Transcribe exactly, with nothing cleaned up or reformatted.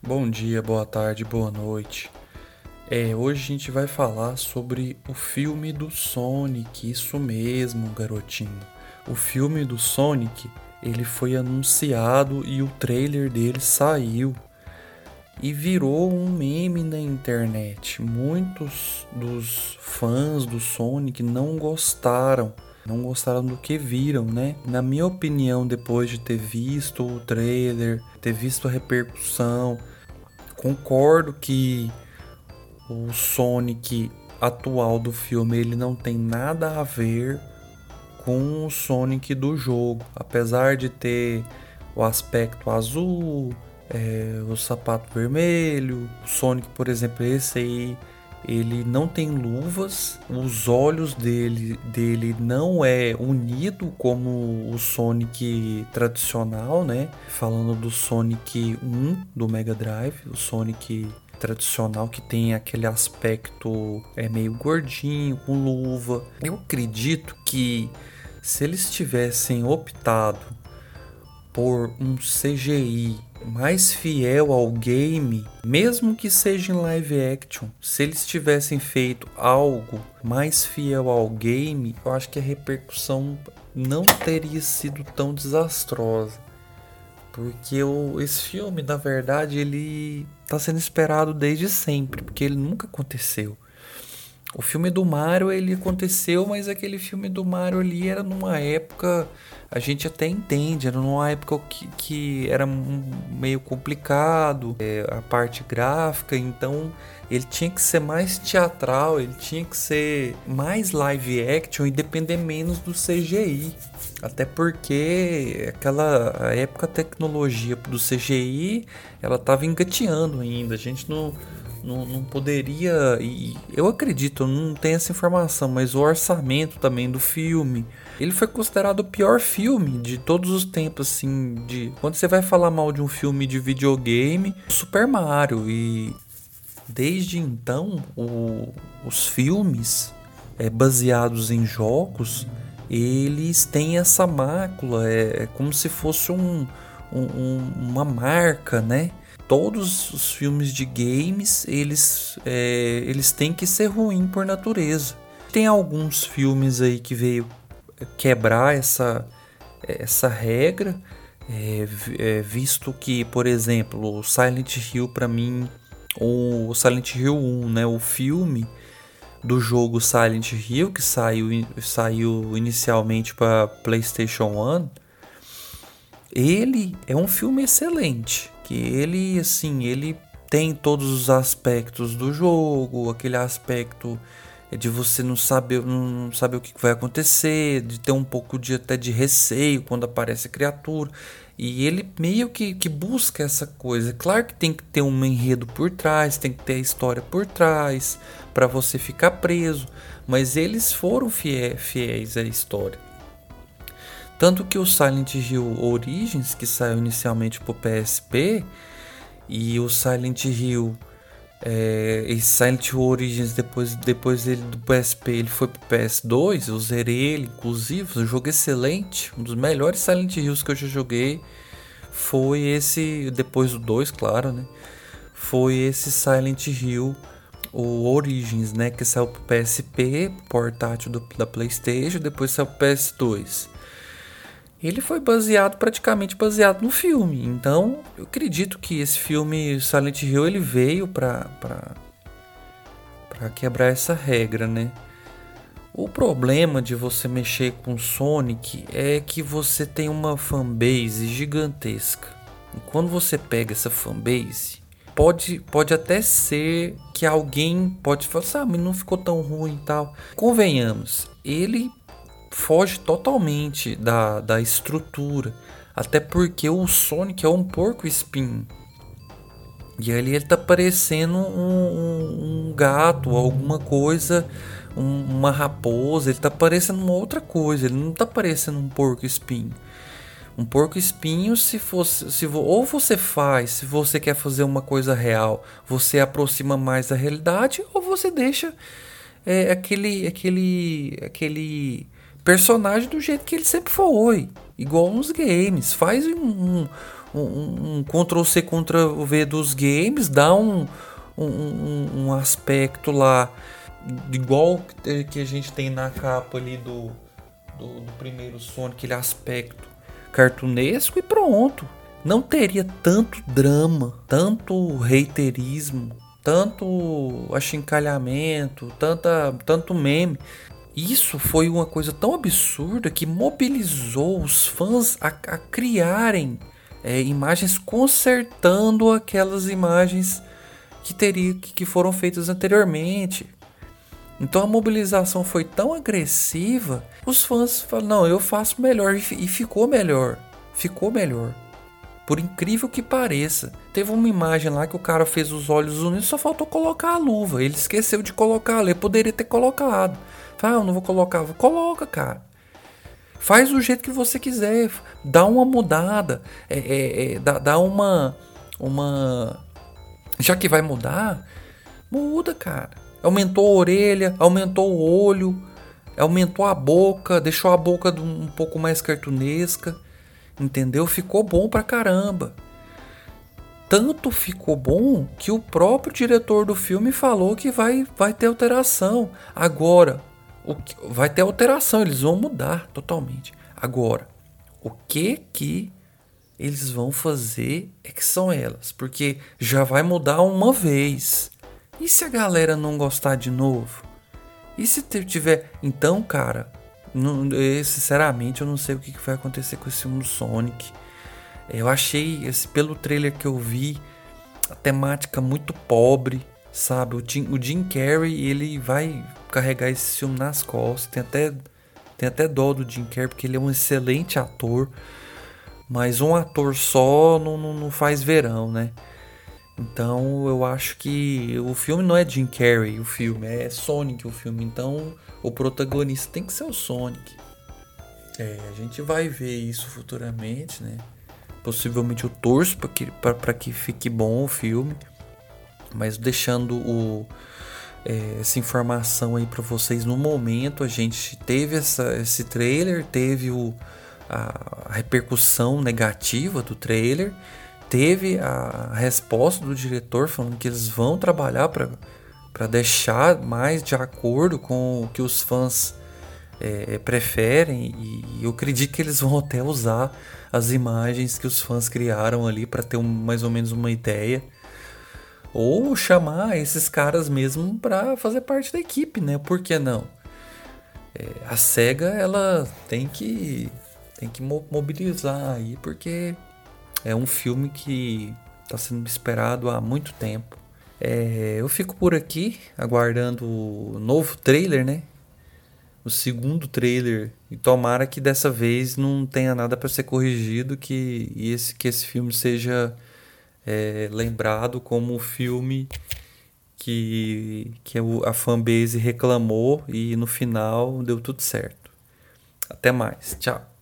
Bom dia, boa tarde, boa noite. É, hoje a gente vai falar sobre o filme do Sonic, isso mesmo, garotinho. O filme do Sonic, ele foi anunciado e o trailer dele saiu e virou um meme na internet. Muitos dos fãs do Sonic não gostaram. Não gostaram do que viram, né? Na minha opinião, depois de ter visto o trailer, ter visto a repercussão, concordo que o Sonic atual do filme ele não tem nada a ver com o Sonic do jogo, apesar de ter o aspecto azul, é, o sapato vermelho. O Sonic, por exemplo, esse aí, ele não tem luvas, os olhos dele, dele não é unido como o Sonic tradicional, né? Falando do Sonic um do Mega Drive, o Sonic tradicional que tem aquele aspecto é meio gordinho, com luva. Eu acredito que se eles tivessem optado por um C G I mais fiel ao game, mesmo que seja em live action, se eles tivessem feito algo mais fiel ao game, eu acho que a repercussão não teria sido tão desastrosa. Porque o, esse filme, na verdade, ele está sendo esperado desde sempre, porque ele nunca aconteceu. O filme do Mario, ele aconteceu, mas aquele filme do Mario ali era numa época, a gente até entende, era numa época que, que era meio complicado, é, a parte gráfica, então ele tinha que ser mais teatral, ele tinha que ser mais live action e depender menos do C G I. Até porque aquela a época a tecnologia do C G I, ela estava engateando ainda, a gente não... Não, não poderia, e eu acredito, eu não tenho essa informação, mas o orçamento também do filme, ele foi considerado o pior filme de todos os tempos, assim, de quando você vai falar mal de um filme de videogame, Super Mario, e desde então o, os filmes é, baseados em jogos, eles têm essa mácula, é, é como se fosse um, um, uma marca, né? Todos os filmes de games, eles, é, eles têm que ser ruins por natureza. Tem alguns filmes aí que veio quebrar essa, essa regra, é, é, visto que, por exemplo, o Silent Hill, para mim, o Silent Hill um, né, o filme do jogo Silent Hill, que saiu, saiu inicialmente para PlayStation um, ele é um filme excelente, que ele, assim, ele tem todos os aspectos do jogo, aquele aspecto de você não saber, não saber o que vai acontecer, de ter um pouco de até de receio quando aparece a criatura, e ele meio que, que busca essa coisa. Claro que tem que ter um enredo por trás, tem que ter a história por trás, para você ficar preso, mas eles foram fiéis, fiéis à história. Tanto que o Silent Hill Origins, que saiu inicialmente para o P S P, e o Silent Hill, é, e Silent Hill Origins, depois, depois ele, do P S P, ele foi para o P S dois, eu zerei ele, inclusive, um jogo excelente, um dos melhores Silent Hills que eu já joguei, foi esse, depois do dois, claro, né? Foi esse Silent Hill, o Origins, né? Que saiu para o P S P, portátil do, da PlayStation, depois saiu para o P S dois. Ele foi baseado, praticamente baseado no filme. Então, eu acredito que esse filme Silent Hill, ele veio para para quebrar essa regra, né? O problema de você mexer com Sonic é que você tem uma fanbase gigantesca. E quando você pega essa fanbase, pode, pode até ser que alguém pode falar, ah, mas não ficou tão ruim e tal. Convenhamos, ele foge totalmente da, da estrutura, até porque o Sonic é um porco-espinho, e ali ele tá parecendo um, um, um gato, alguma coisa, um, uma raposa, ele tá parecendo uma outra coisa, ele não tá parecendo um porco-espinho. Um porco-espinho, se fosse, se vo, ou você faz, se você quer fazer uma coisa real, você aproxima mais da realidade, ou você deixa é, aquele, aquele, aquele personagem do jeito que ele sempre foi, igual nos games. Faz um, um, um, um, um control C, control V dos games, dá um, um, um, um aspecto lá igual que a gente tem na capa ali do, do, do primeiro Sonic, aquele aspecto cartunesco e pronto. Não teria tanto drama, tanto haterismo, tanto achincalhamento, tanta, tanto meme. Isso foi uma coisa tão absurda que mobilizou os fãs a, a criarem é, imagens consertando aquelas imagens que, teria, que foram feitas anteriormente. Então a mobilização foi tão agressiva, os fãs falaram, não, eu faço melhor, e ficou melhor, ficou melhor. Por incrível que pareça, teve uma imagem lá que o cara fez os olhos unidos, só faltou colocar a luva, ele esqueceu de colocar, ele poderia ter colocado. Fala, ah, eu não vou colocar, coloca, cara. Faz do jeito que você quiser, dá uma mudada, é, é, é, dá, dá uma, uma, já que vai mudar, muda, cara. Aumentou a orelha, aumentou o olho, aumentou a boca, deixou a boca um pouco mais cartunesca, entendeu? Ficou bom pra caramba. Tanto ficou bom que o próprio diretor do filme falou que vai, vai ter alteração. Agora, o que, vai ter alteração, eles vão mudar totalmente. Agora, o que que eles vão fazer é que são elas, porque já vai mudar uma vez. E se a galera não gostar de novo? E se tiver... Então, cara, não, eu, sinceramente eu não sei o que vai acontecer com esse filme do Sonic. Eu achei, esse, pelo trailer que eu vi, a temática muito pobre, sabe? O Jim, o Jim Carrey, ele vai carregar esse filme nas costas. Tem até, tem até dó do Jim Carrey, porque ele é um excelente ator. Mas um ator só não, não, não faz verão, né? Então eu acho que o filme não é Jim Carrey, o filme é Sonic o filme. Então o protagonista tem que ser o Sonic. É, a gente vai ver isso futuramente, né? Possivelmente eu torço para que, para que fique bom o filme. Mas deixando o, é, essa informação aí para vocês no momento, a gente teve essa, esse trailer, teve o, a repercussão negativa do trailer. Teve a resposta do diretor falando que eles vão trabalhar para deixar mais de acordo com o que os fãs é, preferem. E eu acredito que eles vão até usar as imagens que os fãs criaram ali para ter um, mais ou menos uma ideia. Ou chamar esses caras mesmo para fazer parte da equipe, né? Por que não? É, a SEGA ela tem que, tem que mobilizar aí, porque... é um filme que está sendo esperado há muito tempo. É, eu fico por aqui aguardando o novo trailer, né? O segundo trailer. E tomara que dessa vez não tenha nada para ser corrigido, que esse, que esse filme seja é, lembrado como o filme que, que a fanbase reclamou e no final deu tudo certo. Até mais. Tchau.